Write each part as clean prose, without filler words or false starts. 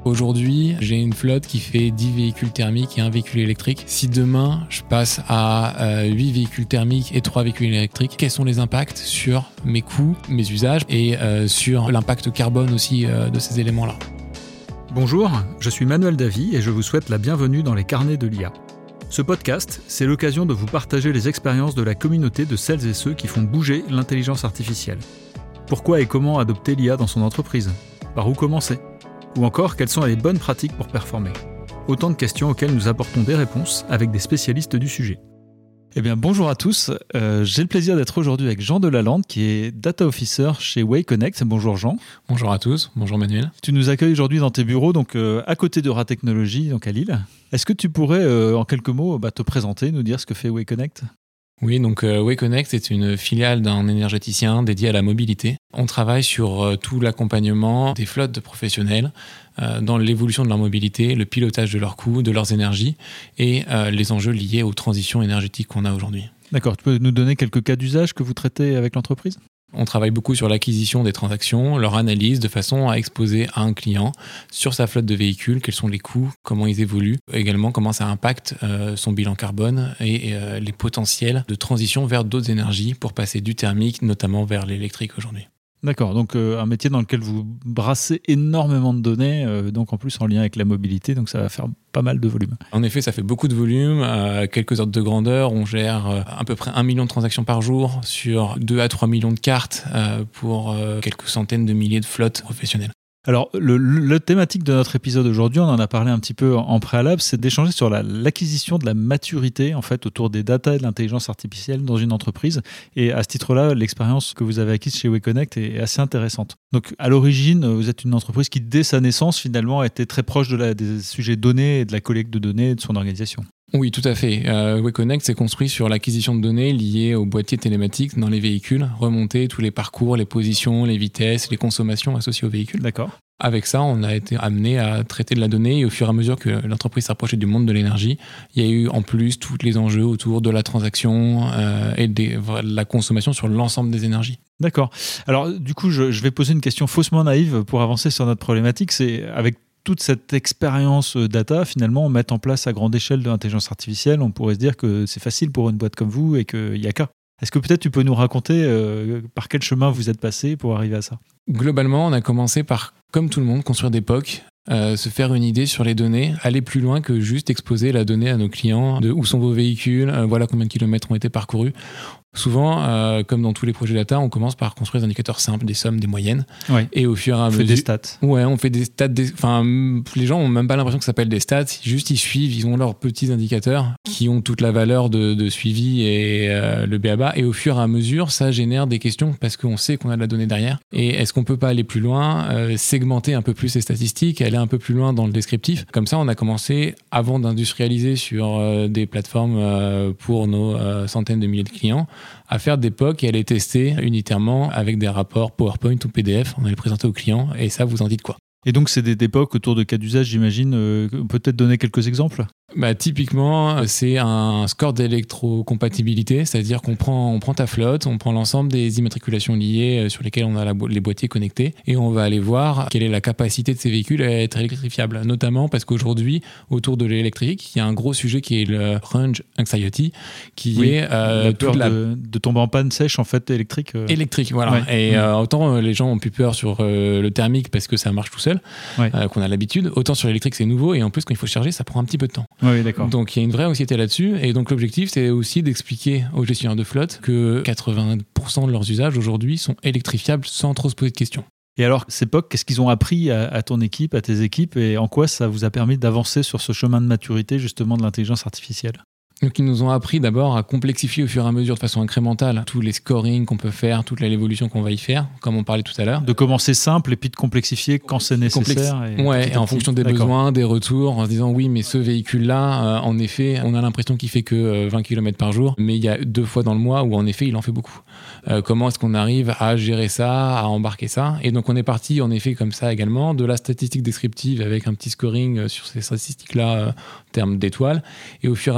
Aujourd'hui, j'ai une flotte qui fait 10 véhicules thermiques et un véhicule électrique. Si demain, je passe à 8 véhicules thermiques et 3 véhicules électriques, quels sont les impacts sur mes coûts, mes usages et sur l'impact carbone aussi de ces éléments-là? Bonjour, je suis Manuel Davy et je vous souhaite la bienvenue dans les carnets de l'IA. Ce podcast, c'est l'occasion de vous partager les expériences de la communauté de celles et ceux qui font bouger l'intelligence artificielle. Pourquoi et comment adopter l'IA dans son entreprise? Par où commencer? Ou encore, quelles sont les bonnes pratiques pour performer? Autant de questions auxquelles nous apportons des réponses avec des spécialistes du sujet. Eh bien, bonjour à tous. J'ai le plaisir d'être aujourd'hui avec Jean Delalande, qui est Data Officer chez Wayconnect. Bonjour Jean. Bonjour à tous. Bonjour Manuel. Tu nous accueilles aujourd'hui dans tes bureaux, donc à côté de Ratechnologie, donc à Lille. Est-ce que tu pourrais, en quelques mots, te présenter, nous dire ce que fait Wayconnect? Oui, donc Wayconnect est une filiale d'un énergéticien dédié à la mobilité. On travaille sur tout l'accompagnement des flottes de professionnels dans l'évolution de leur mobilité, le pilotage de leurs coûts, de leurs énergies et les enjeux liés aux transitions énergétiques qu'on a aujourd'hui. D'accord, tu peux nous donner quelques cas d'usage que vous traitez avec l'entreprise ? On travaille beaucoup sur l'acquisition des transactions, leur analyse de façon à exposer à un client sur sa flotte de véhicules quels sont les coûts, comment ils évoluent, également comment ça impacte son bilan carbone et les potentiels de transition vers d'autres énergies pour passer du thermique notamment vers l'électrique aujourd'hui. D'accord, donc un métier dans lequel vous brassez énormément de données, donc en plus en lien avec la mobilité, donc ça va faire pas mal de volume. En effet, ça fait beaucoup de volume. À quelques ordres de grandeur, on gère à peu près 1 million de transactions par jour sur 2 à 3 millions de cartes pour quelques centaines de milliers de flottes professionnelles. Alors, le thématique de notre épisode aujourd'hui, on en a parlé un petit peu en préalable, c'est d'échanger sur l'acquisition de la maturité en fait autour des data et de l'intelligence artificielle dans une entreprise. Et à ce titre-là, l'expérience que vous avez acquise chez Wayconnect est assez intéressante. Donc, à l'origine, vous êtes une entreprise qui, dès sa naissance, finalement, était très proche des sujets données et de la collecte de données et de son organisation. Oui, tout à fait. Wayconnect s'est construit sur l'acquisition de données liées aux boîtiers télématiques dans les véhicules, remonter tous les parcours, les positions, les vitesses, les consommations associées aux véhicules. D'accord. Avec ça, on a été amené à traiter de la donnée et au fur et à mesure que l'entreprise s'approchait du monde de l'énergie, il y a eu en plus tous les enjeux autour de la transaction et de la consommation sur l'ensemble des énergies. D'accord. Alors, du coup, je vais poser une question faussement naïve pour avancer sur notre problématique. C'est avec toute cette expérience data, finalement, mettre en place à grande échelle de l'intelligence artificielle, on pourrait se dire que c'est facile pour une boîte comme vous et qu'il n'y a qu'à. Est-ce que peut-être tu peux nous raconter par quel chemin vous êtes passé pour arriver à ça? Globalement, on a commencé par, comme tout le monde, construire des POC, se faire une idée sur les données, aller plus loin que juste exposer la donnée à nos clients, de où sont vos véhicules, voilà combien de kilomètres ont été parcourus. Souvent, comme dans tous les projets data, on commence par construire des indicateurs simples, des sommes, des moyennes. Ouais. Et au fur et à mesure. On fait des stats. Ouais, on fait des stats. Les gens n'ont même pas l'impression que ça s'appelle des stats. Juste, ils suivent, ils ont leurs petits indicateurs qui ont toute la valeur de suivi et le b.a.-ba. Et au fur et à mesure, ça génère des questions parce qu'on sait qu'on a de la donnée derrière. Et est-ce qu'on peut pas aller plus loin, segmenter un peu plus les statistiques, aller un peu plus loin dans le descriptif? Comme ça, on a commencé, avant d'industrialiser sur des plateformes pour nos centaines de milliers de clients, à faire des POC et à les tester unitairement avec des rapports PowerPoint ou PDF. On a les présenter aux clients et ça, vous en dites quoi? Et donc, c'est des POC autour de cas d'usage, j'imagine. Peut-être donner quelques exemples? Typiquement, c'est un score d'électrocompatibilité, c'est-à-dire qu'on prend ta flotte, on prend l'ensemble des immatriculations liées sur lesquelles on a les boîtiers connectés et on va aller voir quelle est la capacité de ces véhicules à être électrifiables. Notamment parce qu'aujourd'hui, autour de l'électrique, il y a un gros sujet qui est le range anxiety, qui est la peur de tomber en panne sèche en fait électrique. Électrique, voilà. Ouais. Et autant les gens ont plus peur sur le thermique parce que ça marche tout seul, qu'on a l'habitude, autant sur l'électrique c'est nouveau et en plus quand il faut charger, ça prend un petit peu de temps. Oui, d'accord. Donc il y a une vraie anxiété là-dessus et donc l'objectif c'est aussi d'expliquer aux gestionnaires de flotte que 80% de leurs usages aujourd'hui sont électrifiables sans trop se poser de questions. Et alors, ces POC, qu'est-ce qu'ils ont appris à ton équipe, à tes équipes et en quoi ça vous a permis d'avancer sur ce chemin de maturité justement de l'intelligence artificielle? Donc, ils nous ont appris d'abord à complexifier au fur et à mesure de façon incrémentale tous les scorings qu'on peut faire, toute l'évolution qu'on va y faire, comme on parlait tout à l'heure. De commencer simple et puis de complexifier quand c'est nécessaire. Et en fonction des besoins, des retours, en se disant oui, mais ce véhicule-là, en effet, on a l'impression qu'il fait que 20 km par jour, mais il y a 2 fois dans le mois où en effet, il en fait beaucoup. Comment est-ce qu'on arrive à gérer ça, à embarquer ça? Et donc, on est parti en effet comme ça également de la statistique descriptive avec un petit scoring sur ces statistiques-là en termes d'étoiles. Et au fur et à mesure,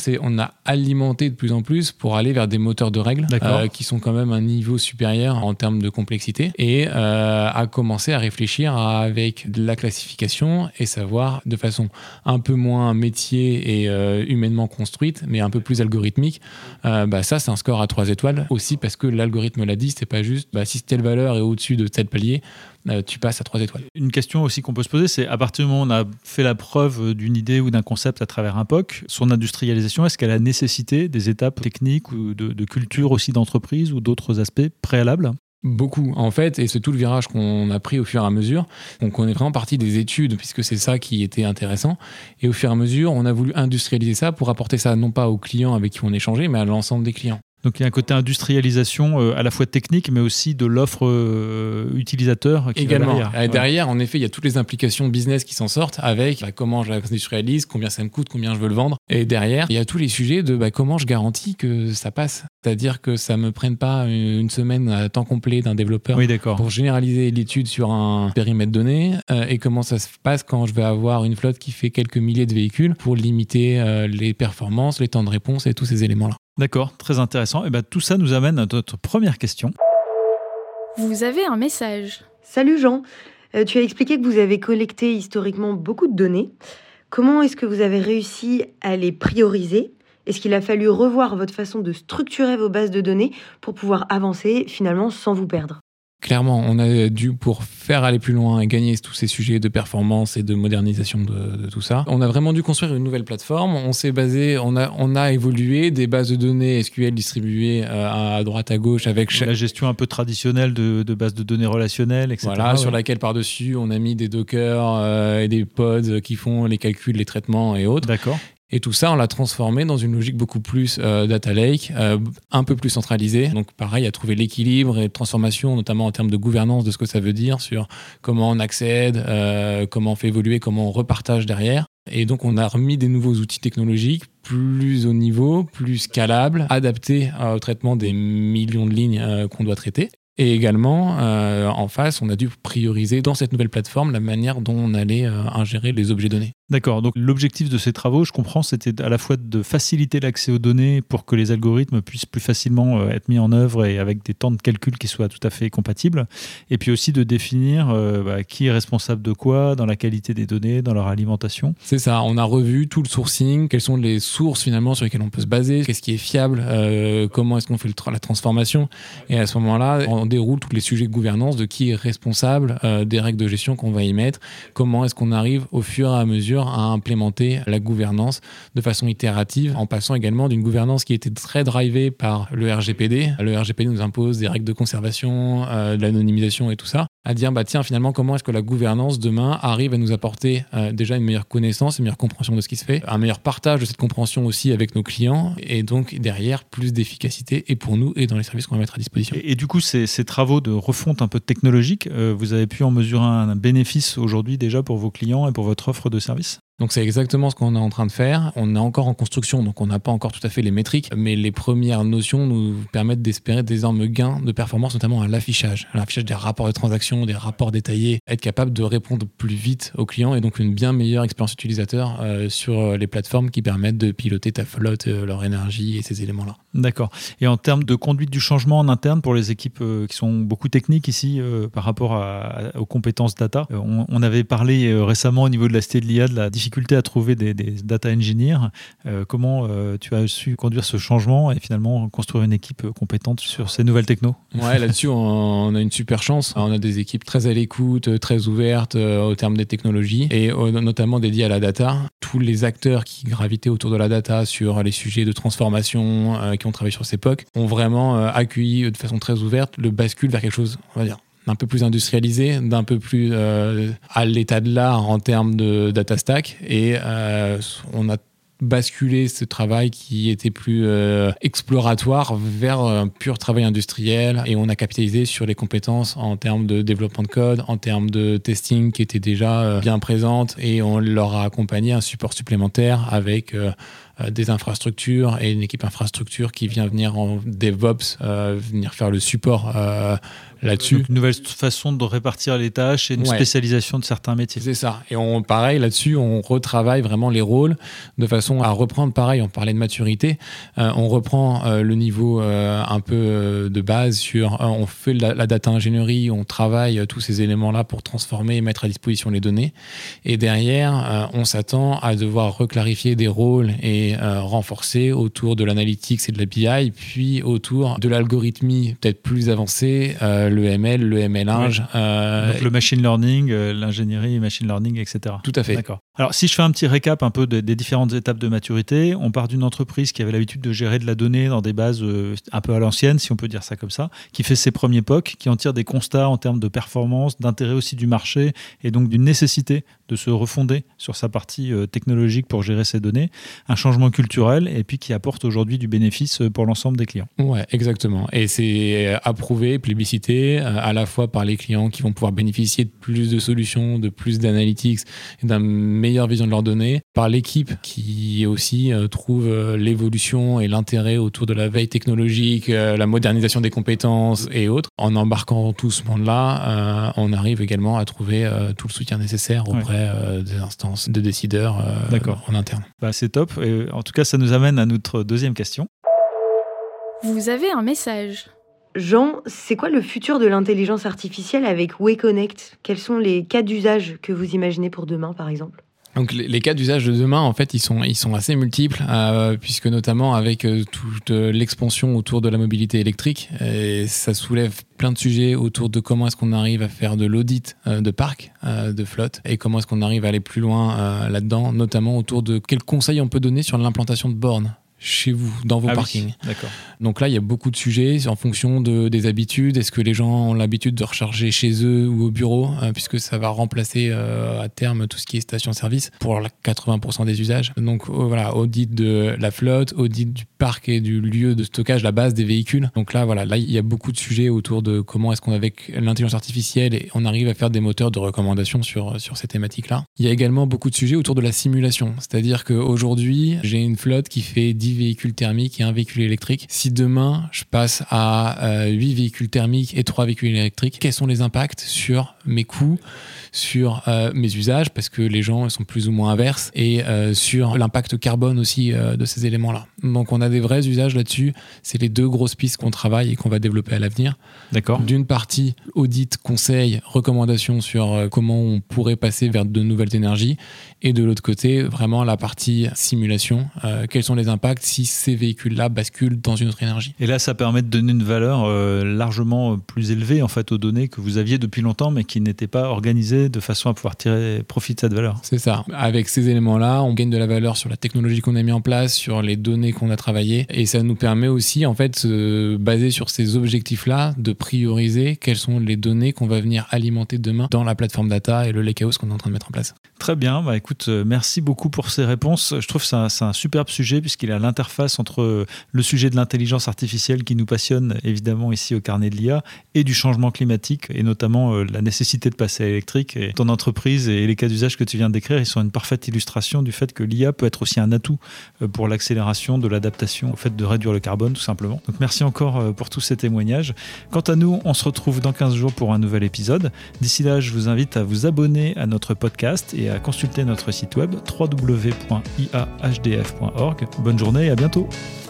c'est on a alimenté de plus en plus pour aller vers des moteurs de règles qui sont quand même un niveau supérieur en termes de complexité et à commencer à réfléchir avec de la classification et savoir de façon un peu moins métier et humainement construite, mais un peu plus algorithmique. Ça, c'est un score à 3 étoiles aussi parce que l'algorithme l'a dit, c'est pas juste si telle valeur est au-dessus de tel palier, tu passes à 3 étoiles. Une question aussi qu'on peut se poser, c'est à partir du moment où on a fait la preuve d'une idée ou d'un concept à travers un POC, son industrialisation, est-ce qu'elle a nécessité des étapes techniques ou de culture aussi d'entreprise ou d'autres aspects préalables ? Beaucoup, en fait, et c'est tout le virage qu'on a pris au fur et à mesure. Donc, on est vraiment parti des études, puisque c'est ça qui était intéressant. Et au fur et à mesure, on a voulu industrialiser ça pour apporter ça non pas aux clients avec qui on échangeait, mais à l'ensemble des clients. Donc il y a un côté industrialisation à la fois technique, mais aussi de l'offre utilisateur. Qui également. Derrière. Derrière, en effet, il y a toutes les implications business qui s'en sortent avec comment je l'industrialise, combien ça me coûte, combien je veux le vendre. Et derrière, il y a tous les sujets de comment je garantis que ça passe. C'est-à-dire que ça ne me prenne pas une semaine à temps complet d'un développeur pour généraliser l'étude sur un périmètre donné et comment ça se passe quand je vais avoir une flotte qui fait quelques milliers de véhicules pour limiter les performances, les temps de réponse et tous ces éléments-là. D'accord, très intéressant. Et tout ça nous amène à notre première question. Vous avez un message. Salut Jean, tu as expliqué que vous avez collecté historiquement beaucoup de données. Comment est-ce que vous avez réussi à les prioriser ? Est-ce qu'il a fallu revoir votre façon de structurer vos bases de données pour pouvoir avancer finalement sans vous perdre ? Clairement, on a dû, pour faire aller plus loin et gagner tous ces sujets de performance et de modernisation de tout ça, on a vraiment dû construire une nouvelle plateforme. On s'est basé, on a évolué des bases de données SQL distribuées à droite à gauche avec la gestion un peu traditionnelle de bases de données relationnelles, etc. Voilà, sur laquelle par-dessus on a mis des Docker et des pods qui font les calculs, les traitements et autres. D'accord. Et tout ça, on l'a transformé dans une logique beaucoup plus data lake, un peu plus centralisée. Donc pareil, à trouver l'équilibre et transformation, notamment en termes de gouvernance de ce que ça veut dire, sur comment on accède, comment on fait évoluer, comment on repartage derrière. Et donc on a remis des nouveaux outils technologiques plus haut niveau, plus scalables, adaptés au traitement des millions de lignes qu'on doit traiter. Et également, en face, on a dû prioriser dans cette nouvelle plateforme la manière dont on allait ingérer les objets donnés. D'accord, donc l'objectif de ces travaux, je comprends, c'était à la fois de faciliter l'accès aux données pour que les algorithmes puissent plus facilement être mis en œuvre et avec des temps de calcul qui soient tout à fait compatibles, et puis aussi de définir qui est responsable de quoi dans la qualité des données, dans leur alimentation. C'est ça, on a revu tout le sourcing, quelles sont les sources finalement sur lesquelles on peut se baser, qu'est-ce qui est fiable, comment est-ce qu'on fait la transformation, et à ce moment-là, on déroule tous les sujets de gouvernance de qui est responsable des règles de gestion qu'on va y mettre, comment est-ce qu'on arrive au fur et à mesure à implémenter la gouvernance de façon itérative, en passant également d'une gouvernance qui était très drivée par le RGPD. Le RGPD nous impose des règles de conservation, de l'anonymisation et tout ça, à dire tiens, finalement, comment est-ce que la gouvernance demain arrive à nous apporter déjà une meilleure connaissance, une meilleure compréhension de ce qui se fait, un meilleur partage de cette compréhension aussi avec nos clients, et donc derrière plus d'efficacité et pour nous et dans les services qu'on va mettre à disposition. Et du coup, ces travaux de refonte un peu technologique, vous avez pu en mesurer un bénéfice aujourd'hui déjà pour vos clients et pour votre offre de service ? Donc c'est exactement ce qu'on est en train de faire. On est encore en construction, donc on n'a pas encore tout à fait les métriques, mais les premières notions nous permettent d'espérer d'énormes gains de performance, notamment à l'affichage des rapports de transactions, des rapports détaillés, être capable de répondre plus vite aux clients et donc une bien meilleure expérience utilisateur sur les plateformes qui permettent de piloter ta flotte, leur énergie et ces éléments-là. D'accord. Et en termes de conduite du changement en interne pour les équipes qui sont beaucoup techniques ici par rapport aux compétences data, on avait parlé récemment au niveau de la Cité de l'IA de la difficulté à trouver des data engineers. Comment tu as su conduire ce changement et finalement construire une équipe compétente sur ces nouvelles technos ? Ouais, là-dessus, on a une super chance. On a des équipes très à l'écoute, très ouvertes au terme des technologies et notamment dédiées à la data. Tous les acteurs qui gravitaient autour de la data sur les sujets de transformation, qui ont travaillé sur ces POC, ont vraiment accueilli de façon très ouverte le bascule vers quelque chose, on va dire, d'un peu plus industrialisé, d'un peu plus à l'état de l'art en termes de data stack. Et on a basculé ce travail qui était plus exploratoire vers un pur travail industriel. Et on a capitalisé sur les compétences en termes de développement de code, en termes de testing qui étaient déjà bien présentes. Et on leur a accompagné un support supplémentaire avec des infrastructures et une équipe infrastructure qui vient venir en DevOps, venir faire le support là-dessus. Donc une nouvelle façon de répartir les tâches et une spécialisation de certains métiers. C'est ça. Et pareil, là-dessus, on retravaille vraiment les rôles de façon à reprendre, pareil, on parlait de maturité, on reprend le niveau un peu de base sur, on fait la data ingénierie, on travaille tous ces éléments-là pour transformer et mettre à disposition les données. Et derrière, on s'attend à devoir reclarifier des rôles et renforcer autour de l'analytics et de la BI, puis autour de l'algorithmie peut-être plus avancée, le ML, le ML-Ing. Donc le machine learning, l'ingénierie, machine learning, etc. Tout à fait. D'accord. Alors si je fais un petit récap un peu des différentes étapes de maturité, on part d'une entreprise qui avait l'habitude de gérer de la donnée dans des bases un peu à l'ancienne, si on peut dire ça comme ça, qui fait ses premiers POC, qui en tire des constats en termes de performance, d'intérêt aussi du marché et donc d'une nécessité de se refonder sur sa partie technologique pour gérer ses données, un changement culturel et puis qui apporte aujourd'hui du bénéfice pour l'ensemble des clients. Ouais, exactement. Et c'est approuvé, plébiscité à la fois par les clients qui vont pouvoir bénéficier de plus de solutions, de plus d'analytics et d'une meilleure vision de leurs données, par l'équipe qui aussi trouve l'évolution et l'intérêt autour de la veille technologique, la modernisation des compétences et autres. En embarquant tout ce monde-là, on arrive également à trouver tout le soutien nécessaire auprès des instances de décideurs en interne. C'est top. Et en tout cas, ça nous amène à notre deuxième question. Vous avez un message. Jean, c'est quoi le futur de l'intelligence artificielle avec WeConnect ? Quels sont les cas d'usage que vous imaginez pour demain, par exemple ? Donc les cas d'usage de demain, en fait, ils sont assez multiples, puisque notamment avec toute l'expansion autour de la mobilité électrique, et ça soulève plein de sujets autour de comment est-ce qu'on arrive à faire de l'audit de parc, de flotte, et comment est-ce qu'on arrive à aller plus loin là-dedans, notamment autour de quels conseils on peut donner sur l'implantation de bornes chez vous, dans vos parkings. Oui, d'accord. Donc là, il y a beaucoup de sujets en fonction des habitudes. Est-ce que les gens ont l'habitude de recharger chez eux ou au bureau, puisque ça va remplacer à terme tout ce qui est station-service pour 80% des usages. Donc voilà, audit de la flotte, audit du parc et du lieu de stockage, la base des véhicules. Donc là, il y a beaucoup de sujets autour de comment est-ce qu'on, avec l'intelligence artificielle, on arrive à faire des moteurs de recommandation sur ces thématiques-là. Il y a également beaucoup de sujets autour de la simulation. C'est-à-dire qu'aujourd'hui, j'ai une flotte qui fait 10 véhicules thermiques et un véhicule électrique. Si demain, je passe à 8 véhicules thermiques et 3 véhicules électriques, quels sont les impacts sur mes coûts, sur mes usages, parce que les gens sont plus ou moins inverses, et sur l'impact carbone aussi de ces éléments-là. Donc on a des vrais usages là-dessus. C'est les deux grosses pistes qu'on travaille et qu'on va développer à l'avenir. D'accord. D'une partie, audit, conseil, recommandations sur comment on pourrait passer vers de nouvelles énergies, et de l'autre côté, vraiment la partie simulation. Quels sont les impacts si ces véhicules-là basculent dans une autre énergie. Et là, ça permet de donner une valeur largement plus élevée en fait, aux données que vous aviez depuis longtemps, mais qui n'étaient pas organisées de façon à pouvoir tirer profit de cette valeur. C'est ça. Avec ces éléments-là, on gagne de la valeur sur la technologie qu'on a mis en place, sur les données qu'on a travaillées, et ça nous permet aussi, en fait, basé sur ces objectifs-là, de prioriser quelles sont les données qu'on va venir alimenter demain dans la plateforme data et le lakehouse qu'on est en train de mettre en place. Très bien. Écoute, merci beaucoup pour ces réponses. Je trouve que c'est un superbe sujet puisqu'il est à l'interface entre le sujet de l'intelligence artificielle qui nous passionne évidemment ici au Carnet de l'IA et du changement climatique et notamment la nécessité de passer à l'électrique. Et ton entreprise et les cas d'usage que tu viens de décrire, ils sont une parfaite illustration du fait que l'IA peut être aussi un atout pour l'accélération de l'adaptation au fait de réduire le carbone tout simplement. Donc merci encore pour tous ces témoignages. Quant à nous, on se retrouve dans 15 jours pour un nouvel épisode. D'ici là, je vous invite à vous abonner à notre podcast et à consulter notre site web www.iahdf.org. Bonne journée et à bientôt.